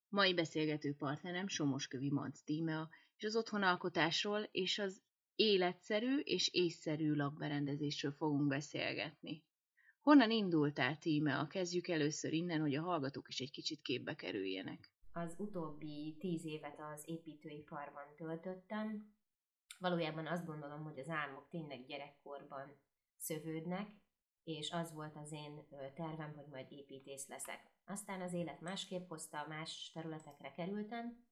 Mai beszélgető partnerem Somoskövi Manc Tímea, és az otthonalkotásról és az életszerű és észszerű lakberendezésről fogunk beszélgetni. Honnan indultál, Tímea? Kezdjük először innen, hogy a hallgatók is egy kicsit képbe kerüljenek. Az utóbbi 10 évet az építőiparban töltöttem. Valójában azt gondolom, hogy az álmok tényleg gyerekkorban szövődnek, és az volt az én tervem, hogy majd építész leszek. Aztán az élet másképp hozta, más területekre kerültem,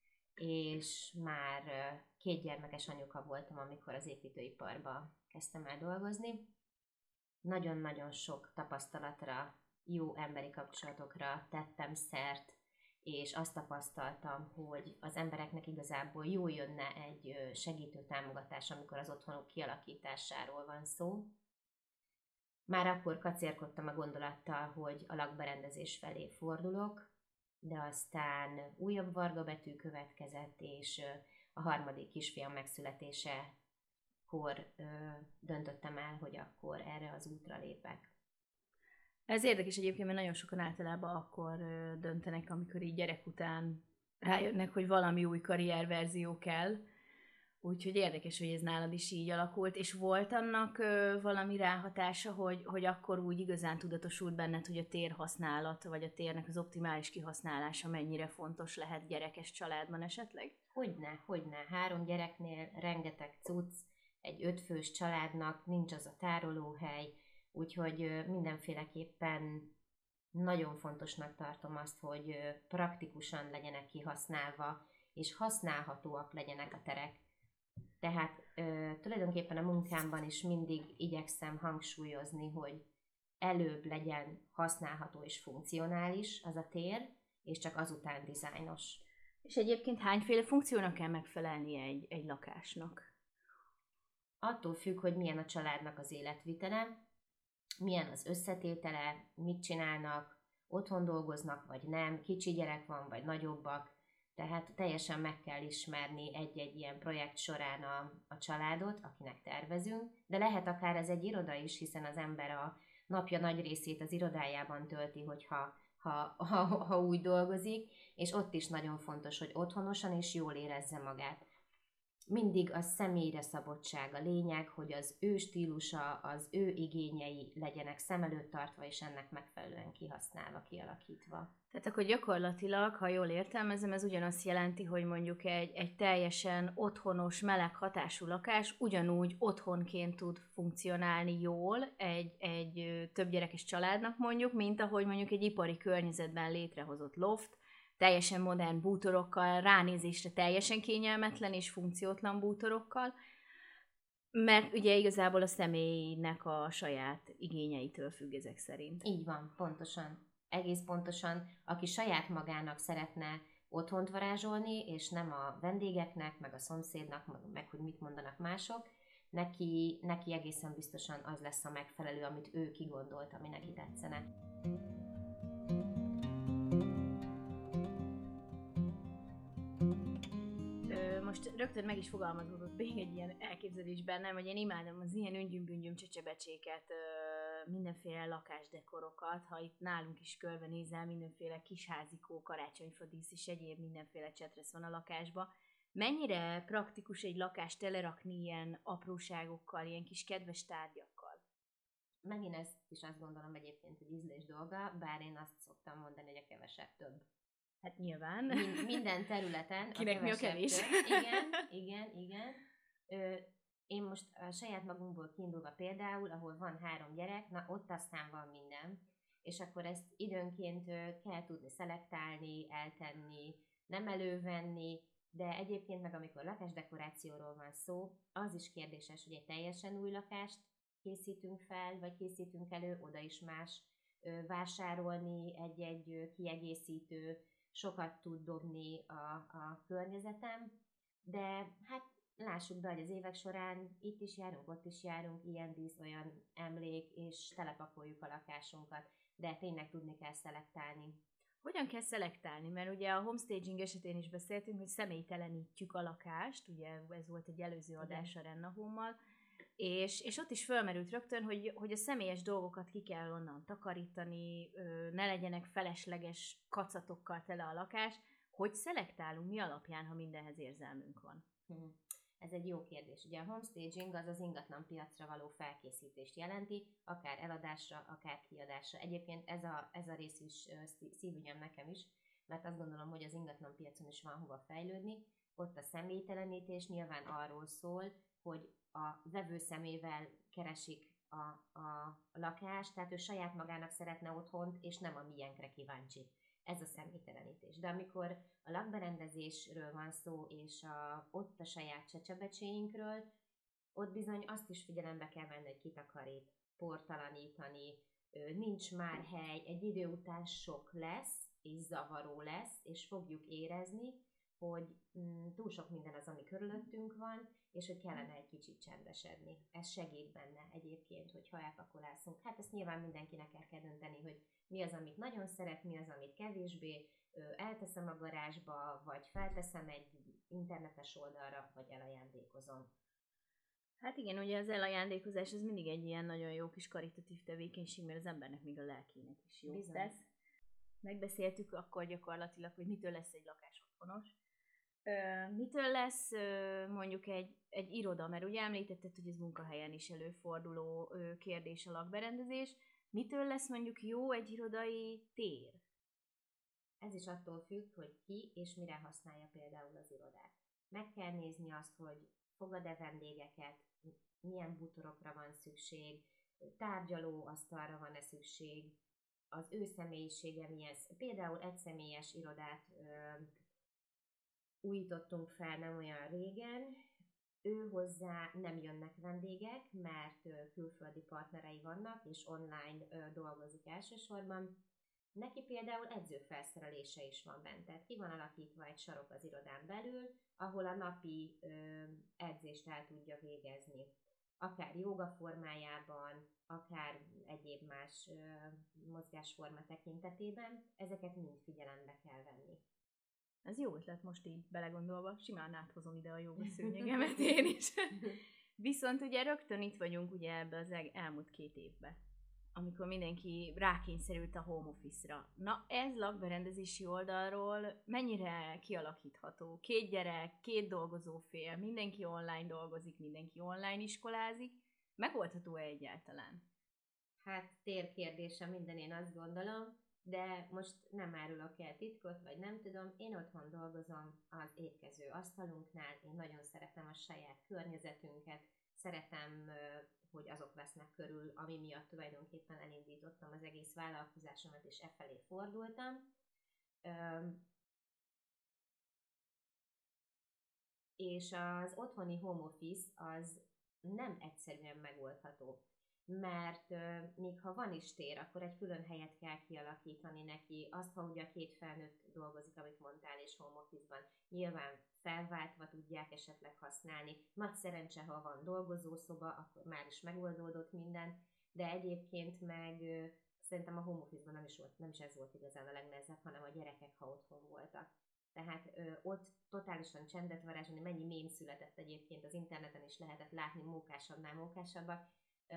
és már 2 gyermekes anyuka voltam, amikor az építőiparba kezdtem el dolgozni. Nagyon-nagyon sok tapasztalatra, jó emberi kapcsolatokra tettem szert, és azt tapasztaltam, hogy az embereknek igazából jól jönne egy segítő támogatás, amikor az otthonuk kialakításáról van szó. Már akkor kacérkodtam a gondolattal, hogy a lakberendezés felé fordulok, de aztán újabb varga betű következett, és a harmadik kisfiam megszületésekor döntöttem el, hogy akkor erre az útra lépek. Ez érdekes egyébként, mert nagyon sokan általában akkor döntenek, amikor így gyerek után rájönnek, hogy valami új karrierverzió kell. Úgyhogy érdekes, hogy ez nálad is így alakult. És volt annak valami ráhatása, hogy akkor úgy igazán tudatosult benned, hogy a térhasználat, vagy a térnek az optimális kihasználása mennyire fontos lehet gyerekes családban esetleg? Hogyne. 3 gyereknél rengeteg cucc, egy 5 fős családnak nincs az a tárolóhely, úgyhogy mindenféleképpen nagyon fontosnak tartom azt, hogy praktikusan legyenek kihasználva, és használhatóak legyenek a terek. Tehát tulajdonképpen a munkámban is mindig igyekszem hangsúlyozni, hogy előbb legyen használható és funkcionális az a tér, és csak azután dizájnos. És egyébként hányféle funkciónak kell megfelelnie egy lakásnak? Attól függ, hogy milyen a családnak az életvitele, milyen az összetétele, mit csinálnak, otthon dolgoznak, vagy nem, kicsi gyerek van, vagy nagyobbak. Tehát teljesen meg kell ismerni egy-egy ilyen projekt során a családot, akinek tervezünk, de lehet akár ez egy iroda is, hiszen az ember a napja nagy részét az irodájában tölti, ha úgy dolgozik, és ott is nagyon fontos, hogy otthonosan és jól érezze magát. Mindig a személyre szabottság a lényeg, hogy az ő stílusa, az ő igényei legyenek szem előtt tartva, és ennek megfelelően kihasználva, kialakítva. Tehát akkor gyakorlatilag, ha jól értelmezem, ez ugyanazt jelenti, hogy mondjuk egy teljesen otthonos, meleg hatású lakás ugyanúgy otthonként tud funkcionálni jól egy több gyerekes családnak mondjuk, mint ahogy mondjuk egy ipari környezetben létrehozott loft, teljesen modern bútorokkal, ránézésre teljesen kényelmetlen és funkciótlan bútorokkal, mert ugye igazából a személynek a saját igényeitől függ ezek szerint. Így van, pontosan. Egész pontosan, aki saját magának szeretne otthont varázsolni, és nem a vendégeknek, meg a szomszédnak, meg hogy mit mondanak mások, neki egészen biztosan az lesz a megfelelő, amit ő kigondolt, ami neki tetszene. Most rögtön meg is fogalmazódott még egy ilyen elképzelés bennem, hogy én imádom az ilyen öngyüm-büngyüm csecsebecséket, mindenféle lakásdekorokat, ha itt nálunk is körbenézel, mindenféle kisházikó, karácsonyfadísz és egyéb mindenféle csetresz van a lakásba. Mennyire praktikus egy lakást telerakni ilyen apróságokkal, ilyen kis kedves tárgyakkal? Megint ezt is azt gondolom egyébként, hogy ízlés dolga, bár én azt szoktam mondani, hogy a kevesebb több. Hát nyilván. Minden területen. Kinek mi a kevés? Igen. Én most a saját magunkból kiindulva például, ahol van 3 gyerek, na ott aztán van minden, és akkor ezt időnként kell tudni szelektálni, eltenni, nem elővenni, de egyébként meg amikor lakásdekorációról van szó, az is kérdéses, hogy egy teljesen új lakást készítünk fel, vagy készítünk elő, oda is más vásárolni egy kiegészítő, sokat tud dobni a környezetem, de hát lássuk be, hogy az évek során itt is járunk, ott is járunk, ilyen dísz, olyan emlék, és telepakoljuk a lakásunkat, de tényleg tudni kell szelektálni. Hogyan kell szelektálni? Mert ugye a homestaging esetén is beszéltünk, hogy személytelenítjük a lakást, ugye ez volt egy előző adás a Renna Home-mal, és ott is fölmerült rögtön, hogy a személyes dolgokat ki kell onnan takarítani, ne legyenek felesleges kacatokkal tele a lakás. Hogy szelektálunk mi alapján, ha mindenhez érzelmünk van? Ez egy jó kérdés. Ugye a homestaging az az ingatlan piacra való felkészítést jelenti, akár eladásra, akár kiadásra. Egyébként ez a rész is szívügyem nekem is, mert azt gondolom, hogy az ingatlan piacon is van hova fejlődni. Ott a személytelenítés nyilván arról szól, hogy a vevő szemével keresik a lakást, tehát ő saját magának szeretne otthont, és nem a miénkre kíváncsi. Ez a személytelenítés. De amikor a lakberendezésről van szó, és ott a saját csecsebecséinkről, ott bizony azt is figyelembe kell venni, hogy kitakarít, portalanítani, nincs már hely, egy idő után sok lesz, és zavaró lesz, és fogjuk érezni, hogy túl sok minden az, ami körülöttünk van, és hogy kellene egy kicsit csendesedni. Ez segít benne egyébként, hogyha elpakolászunk. Hát ezt nyilván mindenkinek el kell dönteni, hogy mi az, amit nagyon szeret, mi az, amit kevésbé, elteszem a garázsba, vagy felteszem egy internetes oldalra, vagy elajándékozom. Hát igen, ugye az elajándékozás az mindig egy ilyen nagyon jó kis karitatív tevékenység, mert az embernek még a lelkének is jó tesz. Megbeszéltük akkor gyakorlatilag, hogy mitől lesz egy lakás otthonos. Mitől lesz mondjuk egy iroda, mert ugye említetted, hogy ez munkahelyen is előforduló kérdés a lakberendezés. Mitől lesz mondjuk jó egy irodai tér? Ez is attól függ, hogy ki és mire használja például az irodát. Meg kell nézni azt, hogy fogad-e vendégeket, milyen bútorokra van szükség, tárgyalóasztalra van-e szükség, az ő személyisége milyen. Például egyszemélyes irodát újítottunk fel nem olyan régen, ő hozzá nem jönnek vendégek, mert külföldi partnerei vannak, és online dolgozik elsősorban. Neki például edzőfelszerelése is van bent, tehát ki van alakítva egy sarok az irodán belül, ahol a napi edzést el tudja végezni. Akár jóga formájában, akár egyéb más mozgásforma tekintetében, ezeket mind figyelembe kell venni. Ez jó ötlet most így belegondolva, simán áthozom ide a jogaszőnyegemet én is. Viszont ugye rögtön itt vagyunk ugye ebbe az elmúlt 2 évben, amikor mindenki rákényszerült a home office-ra. Na ez lakberendezési oldalról mennyire kialakítható? 2 gyerek, 2 dolgozófél, mindenki online dolgozik, mindenki online iskolázik. Megoldható-e egyáltalán? Hát térkérdése minden, én azt gondolom, de most nem árulok el titkot, vagy nem tudom, én otthon dolgozom az étkező asztalunknál, én nagyon szeretem a saját környezetünket, szeretem, hogy azok vesznek körül, ami miatt tulajdonképpen elindítottam az egész vállalkozásomat, és e felé fordultam. És az otthoni home office az nem egyszerűen megoldható. Mert még ha van is tér, akkor egy külön helyet kell kialakítani neki. Azt, ha ugye a 2 felnőtt dolgozik, amit mondtál, és home office-ban, nyilván felváltva tudják esetleg használni. Nagy szerencse, ha van dolgozószoba, akkor már is megoldódott minden, de egyébként meg szerintem a home office-ban nem is ez volt igazán a legnehezebb, hanem a gyerekek, ha otthon voltak. Tehát ott totálisan csendet varázsolni, mennyi mém született egyébként az interneten is lehetett látni, mókásabbnál mókásabbak.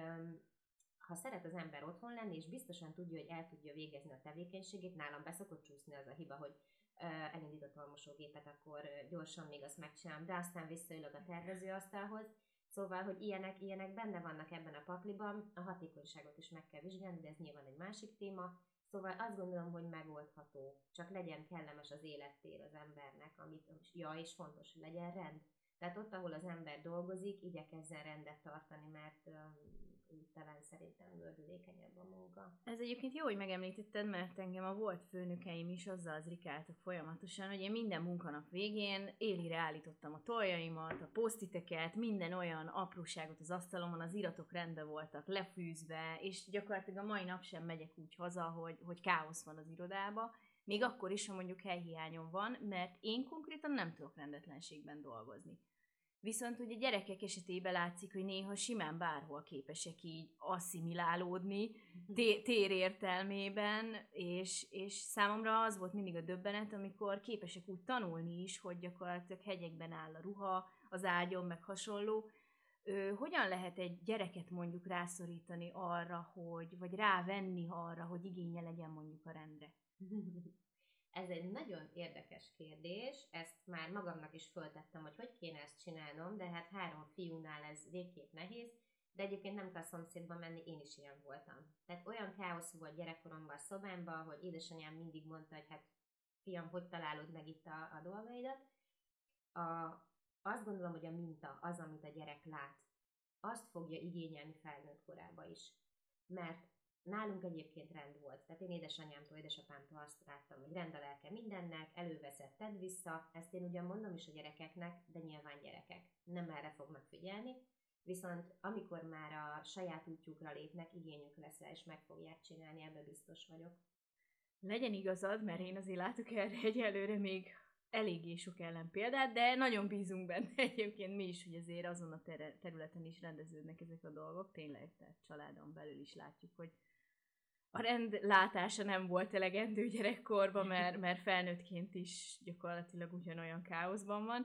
Ha szeret az ember otthon lenni, és biztosan tudja, hogy el tudja végezni a tevékenységét, nálam beszokott csúszni az a hiba, hogy elindítottam a mosógépet, akkor gyorsan még azt megcsinálom, de aztán visszaülök a tervezőasztalhoz. Szóval, hogy ilyenek benne vannak ebben a pakliban, a hatékonyságot is meg kell vizsgálni, de ez nyilván egy másik téma. Szóval azt gondolom, hogy megoldható, csak legyen kellemes az élettér az embernek, és fontos, hogy legyen rend. Tehát ott, ahol az ember dolgozik, igyekezzen rendet tartani, mert úgy talán szerintem gördülékenyebb a munka. Ez egyébként jó, hogy megemlítetted, mert engem a volt főnökeim is azzal zrikáltak folyamatosan, hogy én minden munkanap végén élire állítottam a toljaimat, a posztiteket, minden olyan apróságot az asztalomon, az iratok rendben voltak, lefűzve, és gyakorlatilag a mai nap sem megyek úgy haza, hogy káosz van az irodába, még akkor is, ha mondjuk helyhiányom van, mert én konkrétan nem tudok rendetlenségben dolgozni. Viszont ugye gyerekek esetében látszik, hogy néha simán bárhol képesek így asszimilálódni tér értelmében, és számomra az volt mindig a döbbenet, amikor képesek úgy tanulni is, hogy gyakorlatilag hegyekben áll a ruha, az ágyon, meg hasonló. Hogyan lehet egy gyereket mondjuk rászorítani arra, vagy rávenni arra, hogy igénye legyen mondjuk a rendre? Ez egy nagyon érdekes kérdés, ezt már magamnak is föltettem, hogy kéne ezt csinálnom, de hát 3 fiúnál ez végképp nehéz, de egyébként nem kell szomszédba menni, én is ilyen voltam. Tehát olyan káosz volt gyerekkoromban a szobámban, hogy édesanyám mindig mondta, hogy hát fiam, hogy találod meg itt a dolgaidat. Azt gondolom, hogy a minta, az, amit a gyerek lát, azt fogja igényelni felnőtt korában is. Mert nálunk egyébként rend volt. Tehát én édesanyámtól, édesapámtól azt láttam, hogy rend a lelke mindennek, előveszed, tedd vissza. Ezt én ugyan mondom is a gyerekeknek, de nyilván gyerekek nem erre fognak figyelni. Viszont amikor már a saját útjukra lépnek, igényük lesz rá, és meg fogják csinálni, ebbe biztos vagyok. Legyen igazad, mert én azért látok erre egyelőre még eléggé sok ellenpéldát, de nagyon bízunk benne egyébként mi is, hogy azért azon a területen is rendeződnek ezek a dolgok. Tényleg, tehát családon belül is látjuk, hogy a rend látása nem volt elegendő gyerekkorban, mert felnőttként is gyakorlatilag ugyanolyan káoszban van.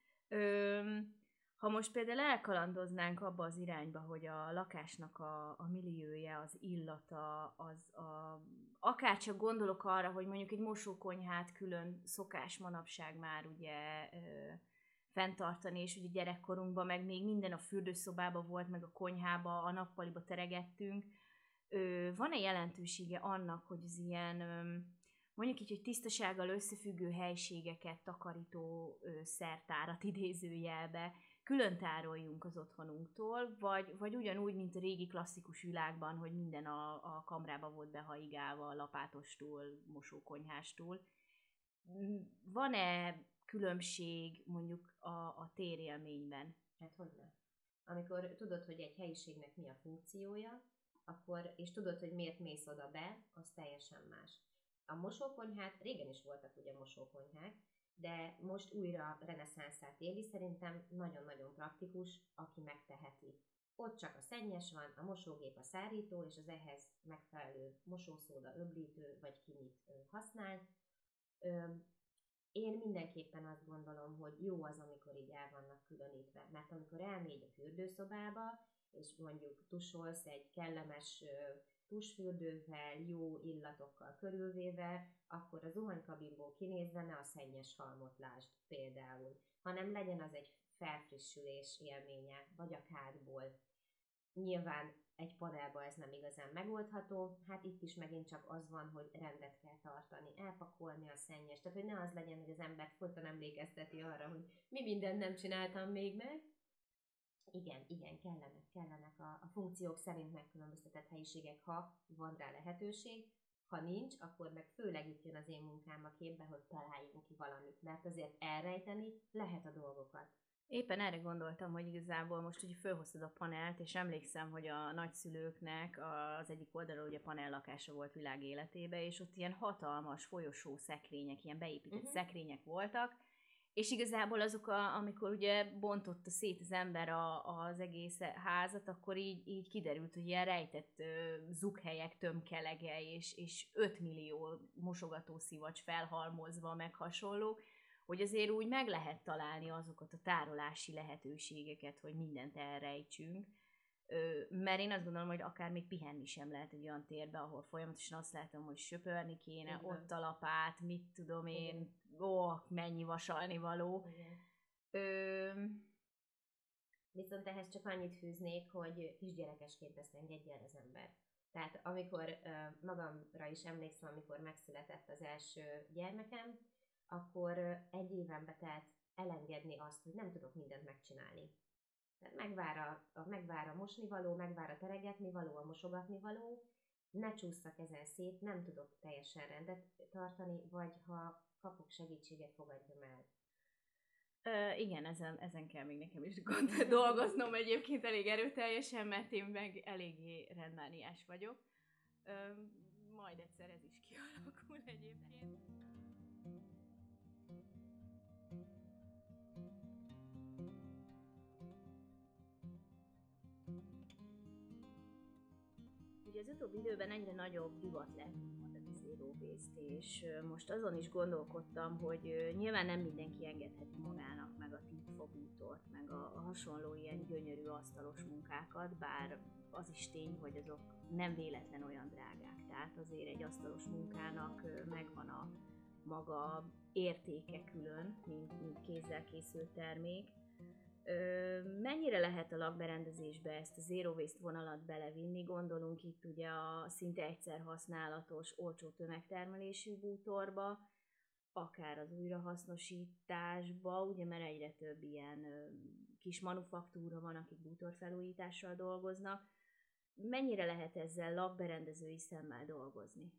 Ha most például elkalandoznánk abba az irányba, hogy a lakásnak a milliója, az illata, akárcsak gondolok arra, hogy mondjuk egy mosókonyhát külön szokás manapság már ugye fenntartani, és ugye gyerekkorunkban meg még minden a fürdőszobában volt, meg a konyhába, a nappaliba teregettünk. Van-e jelentősége annak, hogy az ilyen, mondjuk így, hogy tisztasággal összefüggő helységeket, takarító szertárat idézőjelbe külön tároljunk az otthonunktól, vagy ugyanúgy, mint a régi klasszikus világban, hogy minden a kamrába volt behaigálva, lapátostól, mosókonyhástól. Van-e különbség mondjuk a térélményben? Hát hogyne. Amikor tudod, hogy egy helyiségnek mi a funkciója, akkor, és tudod, hogy miért mész oda be, az teljesen más. A mosókonyhát, régen is voltak ugye mosókonyhák, de most újra reneszánszát éli, szerintem nagyon-nagyon praktikus, aki megteheti. Ott csak a szennyes van, a mosógép a szárító, és az ehhez megfelelő mosószóda, öblítő, vagy ki mit használ. Én mindenképpen azt gondolom, hogy jó az, amikor így el vannak különítve, mert amikor elmégy a fürdőszobába, és mondjuk tusolsz egy kellemes tusfürdővel, jó illatokkal körülvéve, akkor a zuhanykabinból kinézve ne a szennyes halmot lásd például, hanem legyen az egy felfrissülés élménye, vagy a kádból. Nyilván egy panelba ez nem igazán megoldható, hát itt is megint csak az van, hogy rendet kell tartani, elpakolni a szennyes, tehát hogy ne az legyen, hogy az ember folyton emlékezteti arra, hogy mi mindent nem csináltam még meg. Igen, kellenek a funkciók szerint megkülönböztetett helyiségek, ha van rá lehetőség, ha nincs, akkor meg főleg itt jön az én munkám a képbe, hogy találjunk ki valamit, mert azért elrejteni lehet a dolgokat. Éppen erre gondoltam, hogy igazából most ugye fölhoztad a panelt, és emlékszem, hogy a nagyszülőknek az egyik oldalról ugye panellakása volt világ életébe, és ott ilyen hatalmas folyosó szekrények, ilyen beépített szekrények voltak, és igazából azok, amikor ugye bontotta szét az ember az egész házat, akkor így kiderült, hogy ilyen rejtett zughelyek tömkelege, és 5 millió mosogatószivacs felhalmozva, meg hasonló, hogy azért úgy meg lehet találni azokat a tárolási lehetőségeket, hogy mindent elrejtsünk. Mert én azt gondolom, hogy akár még pihenni sem lehet egy olyan térbe, ahol folyamatosan azt látom, hogy söpörni kéne, igen, ott a lapát, mit tudom én, mennyi vasalni való. Viszont ehhez csak annyit fűznék, hogy kisgyerekesként ezt engedje el az ember. Tehát amikor magamra is emlékszem, amikor megszületett az első gyermekem, akkor 1 éven betelt elengedni azt, hogy nem tudok mindent megcsinálni. Tehát megvár a mosnivaló, megvár a teregetnivaló, a mosogatnivaló, ne csússzak ezen szét, nem tudok teljesen rendet tartani, vagy ha kapok segítséget, fogadjam el. Igen, ezen kell még nekem is dolgoznom egyébként elég erőteljesen, mert én meg eléggé rendmániás vagyok. Majd egyszer ez is kialakul egyébként. Ugye az utóbbi időben egyre nagyobb divat lett a zero waste, és most azon is gondolkodtam, hogy nyilván nem mindenki engedheti magának meg a típfabútort, meg a hasonló ilyen gyönyörű asztalos munkákat, bár az is tény, hogy azok nem véletlen olyan drágák. Tehát azért egy asztalos munkának megvan a maga értéke külön, mint kézzel készült termék. Mennyire lehet a lakberendezésbe ezt a zero waste vonalat belevinni? Gondolunk itt ugye a szinte egyszer használatos, olcsó tömegtermelésű bútorba, akár az újrahasznosításba, ugye mert egyre több ilyen kis manufaktúra van, akik bútorfelújítással dolgoznak. Mennyire lehet ezzel lakberendezői szemmel dolgozni?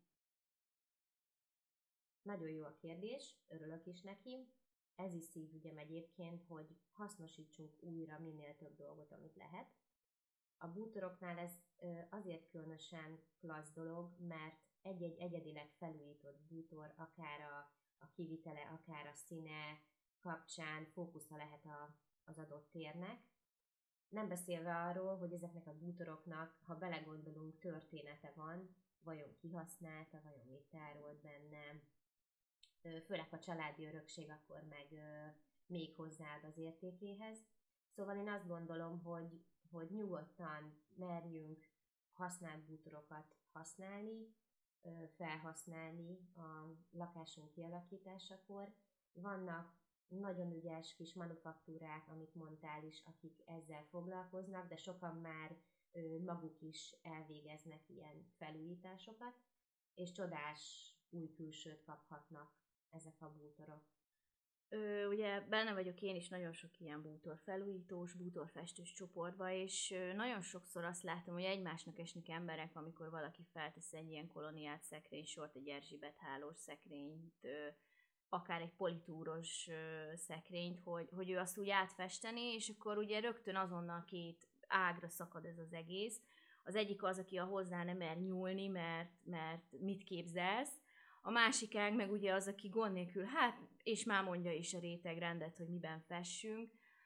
Nagyon jó a kérdés, örülök is neki. Ez is szívügyem egyébként, hogy hasznosítsunk újra minél több dolgot, amit lehet. A bútoroknál ez azért különösen klassz dolog, mert egy-egy egyedileg felújított bútor, akár a kivitele, akár a színe kapcsán fókusza lehet az adott térnek. Nem beszélve arról, hogy ezeknek a bútoroknak, ha belegondolunk, története van, vajon kihasználta, vajon mit tárolt benne, főleg a családi örökség akkor meg még hozzáad az értékéhez. Szóval én azt gondolom, hogy nyugodtan merjünk használt bútorokat használni, felhasználni a lakásunk kialakításakor. Vannak nagyon ügyes kis manufaktúrák, amit mondtál is, akik ezzel foglalkoznak, de sokan már maguk is elvégeznek ilyen felújításokat, és csodás új külsőt kaphatnak ezek a bútorok. Ugye benne vagyok én is nagyon sok ilyen bútorfelújítós, bútorfestős csoportba, és nagyon sokszor azt látom, hogy egymásnak esnek emberek, amikor valaki feltesz egy ilyen koloniált szekrénysort, egy Erzsébet hálós szekrényt, akár egy politúros szekrényt, hogy ő azt úgy átfesteni, és akkor ugye rögtön azonnal két ágra szakad ez az egész. Az egyik az, aki hozzá nem mer nyúlni, mert mit képzelsz, a másik ág meg ugye az, aki gond nélkül, és már mondja is a rétegrendet, hogy miben fessünk.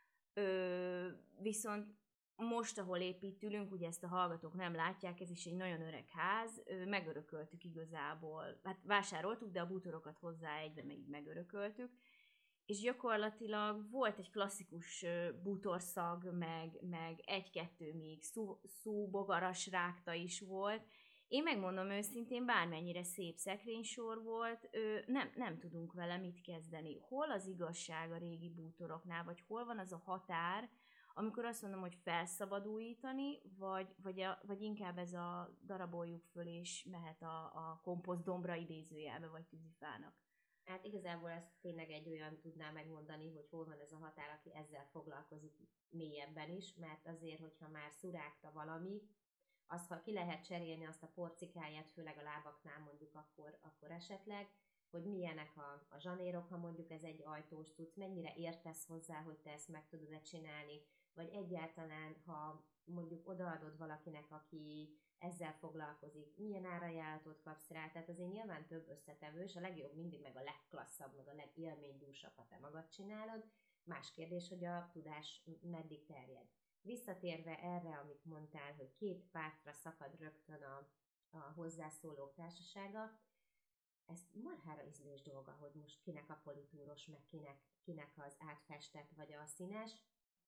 Viszont most, ahol építülünk, ugye ezt a hallgatók nem látják, ez is egy nagyon öreg ház, megörököltük igazából, hát vásároltuk, de a bútorokat hozzá egybe még megörököltük, és gyakorlatilag volt egy klasszikus bútorszag, meg egy-kettő még szúbogaras rákta is volt. Én megmondom őszintén, bármennyire szép szekrénysor volt, nem tudunk vele mit kezdeni. Hol az igazság a régi bútoroknál, vagy hol van az a határ, amikor azt mondom, hogy felszabadulítani, vagy inkább ez a daraboljuk föl, és mehet a komposztdombra idézőjelbe, vagy tűzifának. Hát igazából ezt tényleg egy olyan tudná megmondani, hogy hol van ez a határ, aki ezzel foglalkozik mélyebben is, mert azért, hogyha már szurágta valami, azt, ha ki lehet cserélni azt a porcikáját, főleg a lábaknál mondjuk akkor esetleg, hogy milyenek a zsanérok, ha mondjuk ez egy ajtós cucc, mennyire értesz hozzá, hogy te ezt meg tudod-e csinálni, vagy egyáltalán, ha mondjuk odaadod valakinek, aki ezzel foglalkozik, milyen árajánlatot kapsz rá, tehát azért nyilván több összetevő, és a legjobb mindig meg a legklasszabb, meg a legélménydúsabb, ha te magad csinálod. Más kérdés, hogy a tudás meddig terjed. Visszatérve erre, amit mondtál, hogy két pártra szakad rögtön a hozzászólók társasága, ez marhára ízlés dolga, hogy most kinek a politúros, meg kinek az átfestett vagy a színes.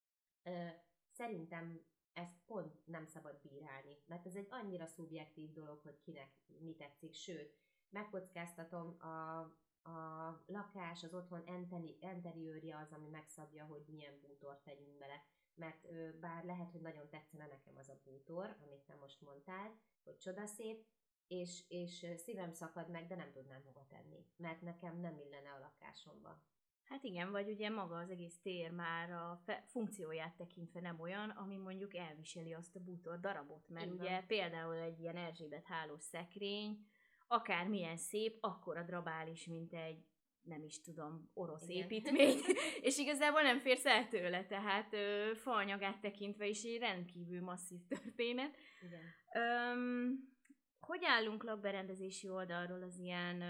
Szerintem ezt pont nem szabad bírálni, mert ez egy annyira szubjektív dolog, hogy kinek mi tetszik, sőt, megkockáztatom, a lakás, az otthon interiőrje az, ami megszabja, hogy milyen bútort tegyünk bele. Mert bár lehet, hogy nagyon tetszene nekem az a bútor, amit te most mondtál, hogy csodaszép, és szívem szakad meg, de nem tudnám hova tenni, mert nekem nem illene a lakásomba. Hát igen, vagy ugye maga az egész tér már a funkcióját tekintve nem olyan, ami mondjuk elviseli azt a bútor darabot, mert igen. Ugye például egy ilyen Erzsébet hálós szekrény, akármilyen szép, akkora drabális, mint egy nem is tudom, orosz igen. építmény, és igazából nem férsz el tőle, tehát faanyagát tekintve is egy rendkívül masszív történet. Igen. Hogy állunk lakberendezési oldalról az ilyen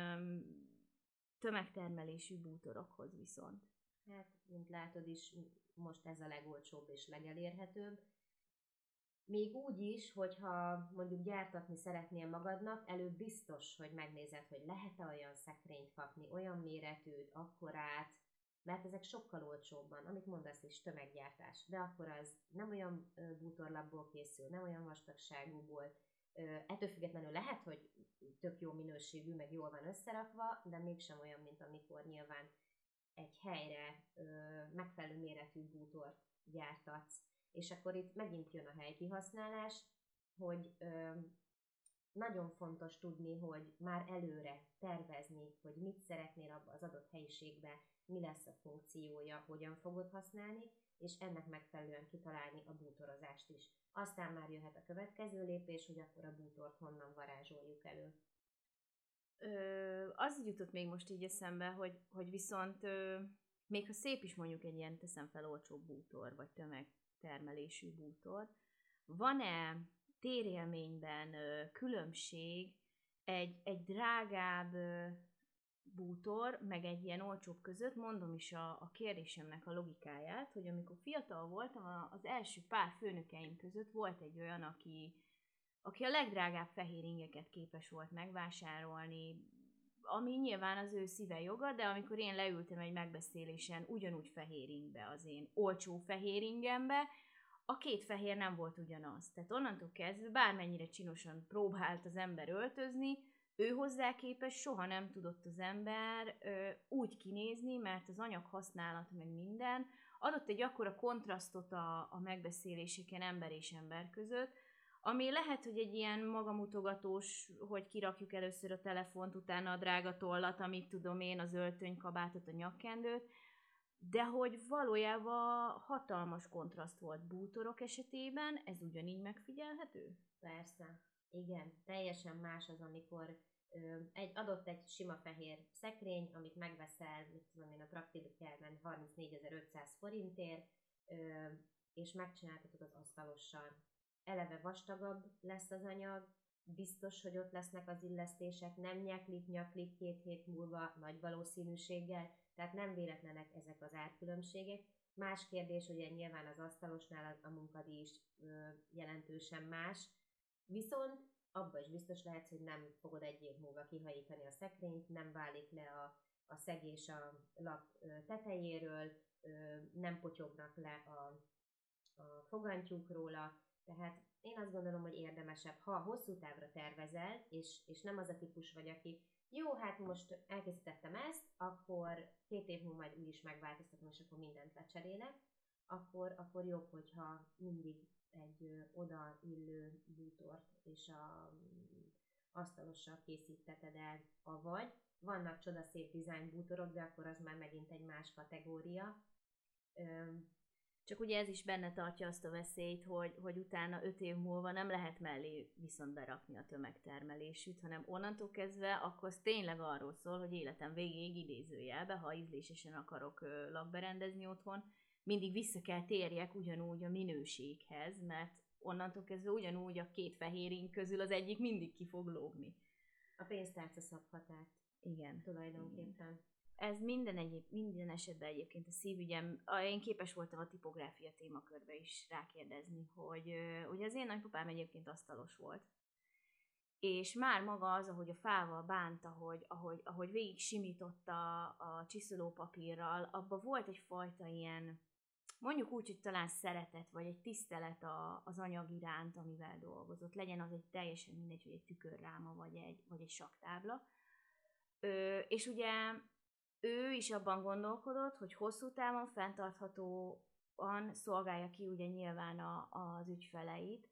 tömegtermelésű bútorokhoz viszont? Hát, mint látod is, most ez a legolcsóbb és legelérhetőbb. Még úgy is, hogyha mondjuk gyártatni szeretnél magadnak, előbb biztos, hogy megnézed, hogy lehet-e olyan szekrényt kapni, olyan méretűt, akkorát, mert ezek sokkal olcsóbban, amit mondasz is, tömeggyártás, de akkor az nem olyan bútorlapból készül, nem olyan vastagságúból, Ettől függetlenül lehet, hogy tök jó minőségű, meg jól van összerakva, de mégsem olyan, mint amikor nyilván egy helyre megfelelő méretű bútort gyártatsz. És akkor itt megint jön a helykihasználás, hogy nagyon fontos tudni, hogy már előre tervezni, hogy mit szeretnél abba az adott helyiségbe, mi lesz a funkciója, hogyan fogod használni, és ennek megfelelően kitalálni a bútorozást is. Aztán már jöhet a következő lépés, hogy akkor a bútort honnan varázsoljuk elő. Az jutott még most így eszembe, hogy viszont még ha szép is mondjuk egy ilyen, teszem fel, olcsó bútor, vagy tömegtermelésű bútor, van-e térélményben különbség egy drágább bútor, meg egy ilyen olcsóbb között? Mondom is a kérdésemnek a logikáját, hogy amikor fiatal voltam, az első pár főnökeim között volt egy olyan, aki a legdrágább fehér ingeket képes volt megvásárolni, ami nyilván az ő szíve joga, de amikor én leültem egy megbeszélésen ugyanúgy fehér ingbe, az én olcsó fehér ingembe, a két fehér nem volt ugyanaz. Tehát onnantól kezdve bármennyire csinosan próbált az ember öltözni, ő hozzá képest soha nem tudott az ember úgy kinézni, mert az anyag használat meg minden adott egy akkora kontrasztot a megbeszéléseken ember és ember között, ami lehet, hogy egy ilyen magamutogatós, hogy kirakjuk először a telefont, utána a drága tollat, amit tudom én, az öltönykabátot, a nyakkendőt, de hogy valójában hatalmas kontraszt volt bútorok esetében, ez ugyanígy megfigyelhető? Persze, igen, teljesen más az, amikor egy sima fehér szekrény, amit megveszel, mit tudom én, a Praktikerben 34.500 forintért, és megcsináltatod az asztalossal. Eleve vastagabb lesz az anyag, biztos, hogy ott lesznek az illesztések, nem nyaklik 2 hét múlva nagy valószínűséggel, tehát nem véletlenek ezek az árkülönbségek. Más kérdés, ugye nyilván az asztalosnál a munkadíj is jelentősen más, viszont abban is biztos lehetsz, hogy nem fogod 1 év múlva kihajítani a szekrényt, nem válik le a szegés a lap tetejéről, nem potyognak le a fogantyúk róla, tehát én azt gondolom, hogy érdemesebb, ha hosszú távra tervezel, és nem az a típus vagy, aki jó, hát most elkészítettem ezt, akkor 2 év múlva majd úgyis megváltoztatom, és akkor mindent lecserélek, akkor jobb, hogyha mindig egy odaillő bútort és a asztalossal készíteted el, avagy vannak csodaszép design bútorok, de akkor az már megint egy más kategória. Csak ugye ez is benne tartja azt a veszélyt, hogy utána 5 év múlva nem lehet mellé viszont berakni a tömegtermelésűt, hanem onnantól kezdve akkor az tényleg arról szól, hogy életem végéig idézőjelbe, ha ízlésesen akarok lakberendezni otthon, mindig vissza kell térjek ugyanúgy a minőséghez, mert onnantól kezdve ugyanúgy a 2 fehér ing közül az egyik mindig ki fog lógni. A pénztárca szabhatát. Igen. Tulajdonképpen. Igen. Ez minden esetben egyébként a szívügyem. Én képes voltam a tipográfia témakörbe is rákérdezni, hogy ugye az én nagypapám egyébként asztalos volt. És már maga az, ahogy a fával bánta, ahogy végig simította a csiszolópapírral, abban volt egyfajta ilyen, mondjuk úgy, hogy talán szeretet, vagy egy tisztelet az anyag iránt, amivel dolgozott. Legyen az egy teljesen mindegy, hogy egy tükörráma, vagy egy saktábla. És ugye ő is abban gondolkodott, hogy hosszú távon fenntarthatóan szolgálja ki ugye nyilván az ügyfeleit,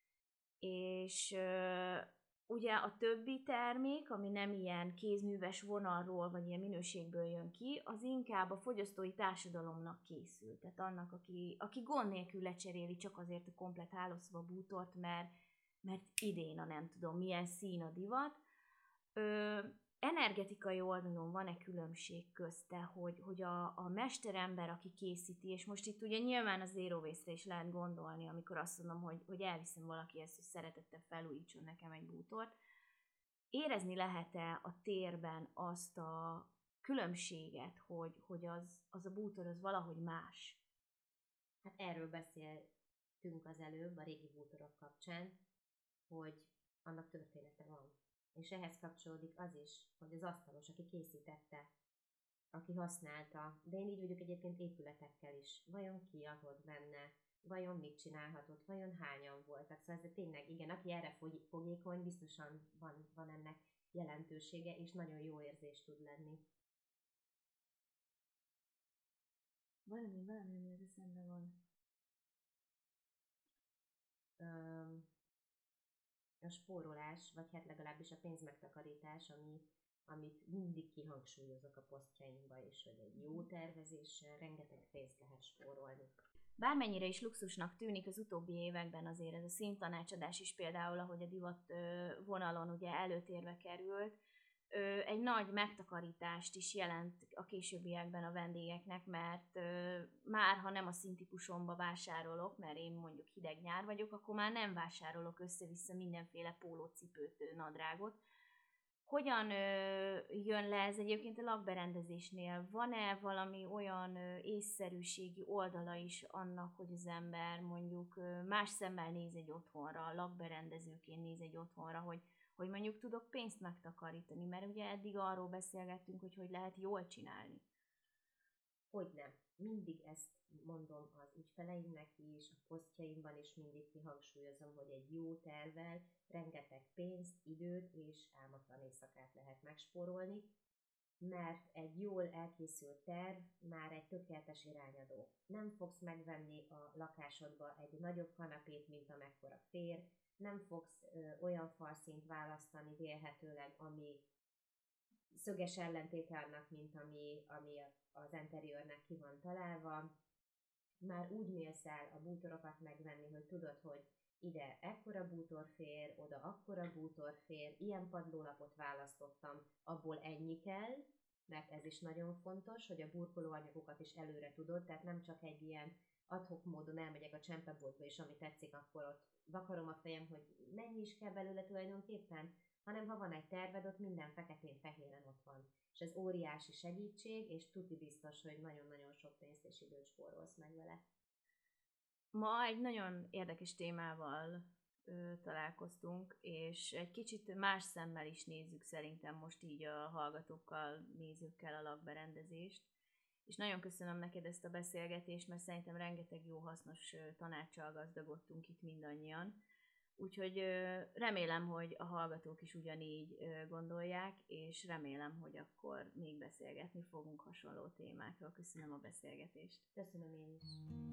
és ugye a többi termék, ami nem ilyen kézműves vonalról, vagy ilyen minőségből jön ki, az inkább a fogyasztói társadalomnak készül. Tehát annak, aki gond nélkül lecseréli csak azért a komplet hálószoba bútort, mert idén a nem tudom milyen szín a divat. Energetikai oldalon van-e különbség közte, hogy a mesterember, aki készíti, és most itt ugye nyilván a zero waste-re is lehet gondolni, amikor azt mondom, hogy elviszem valakihez, hogy szeretettel felújítson nekem egy bútort, érezni lehet-e a térben azt a különbséget, hogy az a bútor az valahogy más? Hát erről beszéltünk az előbb a régi bútorok kapcsán, hogy annak története van. És ehhez kapcsolódik az is, hogy az asztalos, aki készítette, aki használta, de én így vagyok egyébként épületekkel is, vajon ki adott benne vajon mit csinálhatott, vajon hányan voltak. Szóval ez tényleg, igen, aki erre fogékony, biztosan van ennek jelentősége, és nagyon jó érzés tud lenni. Valami, ami az eszembe van. A spórolás, vagy hát legalábbis a pénzmegtakarítás, amit mindig kihangsúlyozok a posztjaimba, és hogy egy jó tervezéssel rengeteg pénzt lehet spórolni. Bármennyire is luxusnak tűnik, az utóbbi években azért ez a színtanácsadás is például, ahogy a divat vonalon ugye előtérbe került, egy nagy megtakarítást is jelent a későbbiekben a vendégeknek, mert már ha nem a színtípusomba vásárolok, mert én mondjuk hideg nyár vagyok, akkor már nem vásárolok össze-vissza mindenféle pólócipőt, nadrágot. Hogyan jön le ez egyébként a lakberendezésnél? Van-e valami olyan észszerűségi oldala is annak, hogy az ember mondjuk más szemmel néz egy otthonra, lakberendezőként néz egy otthonra, hogy mondjuk tudok pénzt megtakarítani, mert ugye eddig arról beszélgettünk, hogy lehet jól csinálni. Hogyne. Mindig ezt mondom az ügyfeleimnek is, a posztjaimban is mindig kihangsúlyozom, hogy egy jó tervvel rengeteg pénzt, időt és álmatlan éjszakát lehet megspórolni, mert egy jól elkészült terv már egy tökéletes irányadó. Nem fogsz megvenni a lakásodba egy nagyobb kanapét, mint amekkora fér, nem fogsz olyan falszínt választani vélhetőleg, ami szöges ellentéte annak, mint ami az interiőrnek ki van találva. Már úgy mész el a bútorokat megvenni, hogy tudod, hogy ide ekkora bútor fér, oda akkora bútor fér, ilyen padlólapot választottam, abból ennyi kell, mert ez is nagyon fontos, hogy a burkolóanyagokat is előre tudod, tehát nem csak egy ilyen ad-hoc módon elmegyek a csempeboltba, és ami tetszik, akkor ott vakarom a fejem, hogy mennyi is kell belőle tulajdonképpen, hanem ha van egy terved, ott minden feketén-fehéren ott van. És ez óriási segítség, és tuti biztos, hogy nagyon-nagyon sok pénzt és időt spórolsz meg vele. Ma egy nagyon érdekes témával találkoztunk, és egy kicsit más szemmel is nézzük szerintem most így a hallgatókkal, nézőkkel a lakberendezést. És nagyon köszönöm neked ezt a beszélgetést, mert szerintem rengeteg jó, hasznos tanáccsal gazdagodtunk itt mindannyian. Úgyhogy remélem, hogy a hallgatók is ugyanígy gondolják, és remélem, hogy akkor még beszélgetni fogunk hasonló témákról. Köszönöm a beszélgetést. Köszönöm én is.